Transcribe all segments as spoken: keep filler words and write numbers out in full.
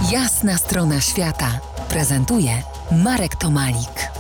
Jasna strona świata prezentuje Marek Tomalik.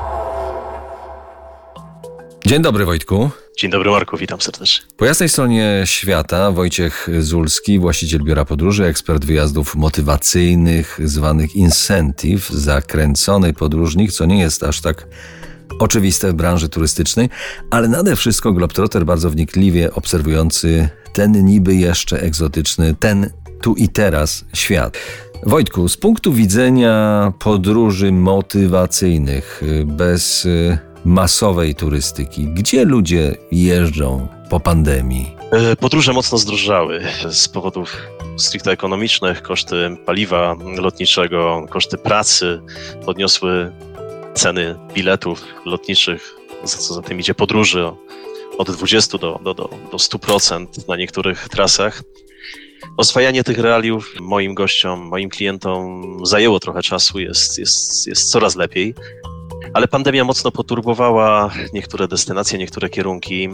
Dzień dobry, Wojtku. Dzień dobry, Marku, witam serdecznie. Po jasnej stronie świata Wojciech Zulski, właściciel biura podróży, ekspert wyjazdów motywacyjnych, zwanych incentive, zakręcony podróżnik, co nie jest aż tak oczywiste w branży turystycznej, ale nade wszystko globtroter bardzo wnikliwie obserwujący ten niby jeszcze egzotyczny, ten tu i teraz świat. Wojtku, z punktu widzenia podróży motywacyjnych, bez masowej turystyki, gdzie ludzie jeżdżą po pandemii? Podróże mocno zdrożały z powodów stricte ekonomicznych. Koszty paliwa lotniczego, koszty pracy podniosły ceny biletów lotniczych, za co za tym idzie podróży od dwudziestu do, do, do, do stu procent na niektórych trasach. Oswajanie tych realiów moim gościom, moim klientom zajęło trochę czasu, jest, jest, jest coraz lepiej. Ale pandemia mocno poturbowała niektóre destynacje, niektóre kierunki.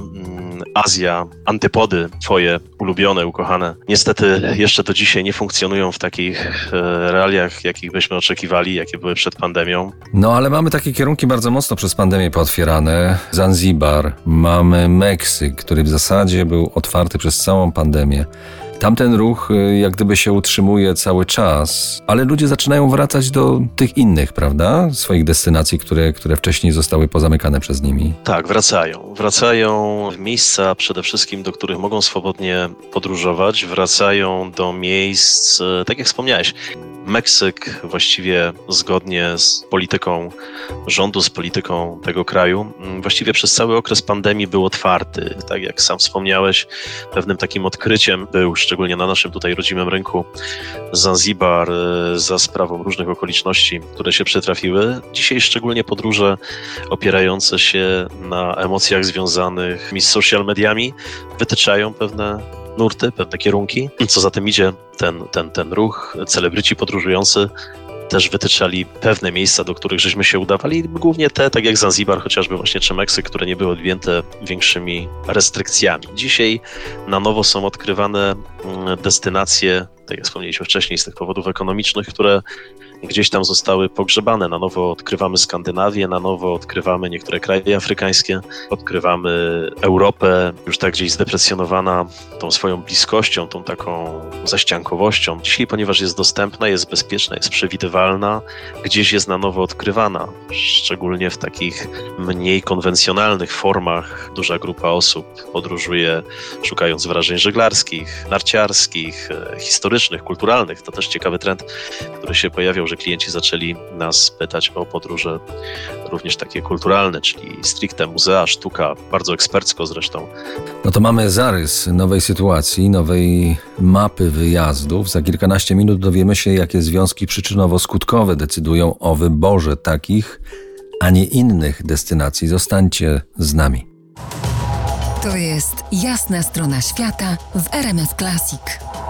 Azja, antypody twoje ulubione, ukochane, niestety jeszcze do dzisiaj nie funkcjonują w takich realiach, jakich byśmy oczekiwali, jakie były przed pandemią. No ale mamy takie kierunki bardzo mocno przez pandemię pootwierane. Zanzibar, mamy Meksyk, który w zasadzie był otwarty przez całą pandemię. Tamten ruch jak gdyby się utrzymuje cały czas, ale ludzie zaczynają wracać do tych innych, prawda? Swoich destynacji, które, które wcześniej zostały pozamykane przez nimi. Tak, wracają. Wracają w miejsca przede wszystkim, do których mogą swobodnie podróżować. Wracają do miejsc, tak jak wspomniałeś, Meksyk właściwie zgodnie z polityką rządu, z polityką tego kraju, właściwie przez cały okres pandemii był otwarty. Tak jak sam wspomniałeś, pewnym takim odkryciem był, szczególnie na naszym tutaj rodzimym rynku, Zanzibar za sprawą różnych okoliczności, które się przytrafiły. Dzisiaj szczególnie podróże opierające się na emocjach związanych z social mediami wytyczają pewne nurty, pewne kierunki. Co za tym idzie, ten, ten, ten ruch, celebryci podróżujący też wytyczali pewne miejsca, do których żeśmy się udawali, głównie te, tak jak Zanzibar chociażby właśnie, czy Meksyk, które nie były objęte większymi restrykcjami. Dzisiaj na nowo są odkrywane destynacje, tak jak wspomnieliśmy wcześniej, z tych powodów ekonomicznych, które gdzieś tam zostały pogrzebane. Na nowo odkrywamy Skandynawię, na nowo odkrywamy niektóre kraje afrykańskie, odkrywamy Europę, już tak gdzieś zdeprecjonowana tą swoją bliskością, tą taką zaściankowością. Dzisiaj, ponieważ jest dostępna, jest bezpieczna, jest przewidywalna, gdzieś jest na nowo odkrywana, szczególnie w takich mniej konwencjonalnych formach. Duża grupa osób podróżuje szukając wrażeń żeglarskich, narciarskich, historycznych, kulturalnych. To też ciekawy trend, który się pojawiał, że klienci zaczęli nas pytać o podróże również takie kulturalne, czyli stricte muzea, sztuka, bardzo ekspercko zresztą. No to mamy zarys nowej sytuacji, nowej mapy wyjazdów. Za kilkanaście minut dowiemy się, jakie związki przyczynowo-skutkowe decydują o wyborze takich, a nie innych destynacji. Zostańcie z nami. To jest Jasna strona świata w R M F Classic.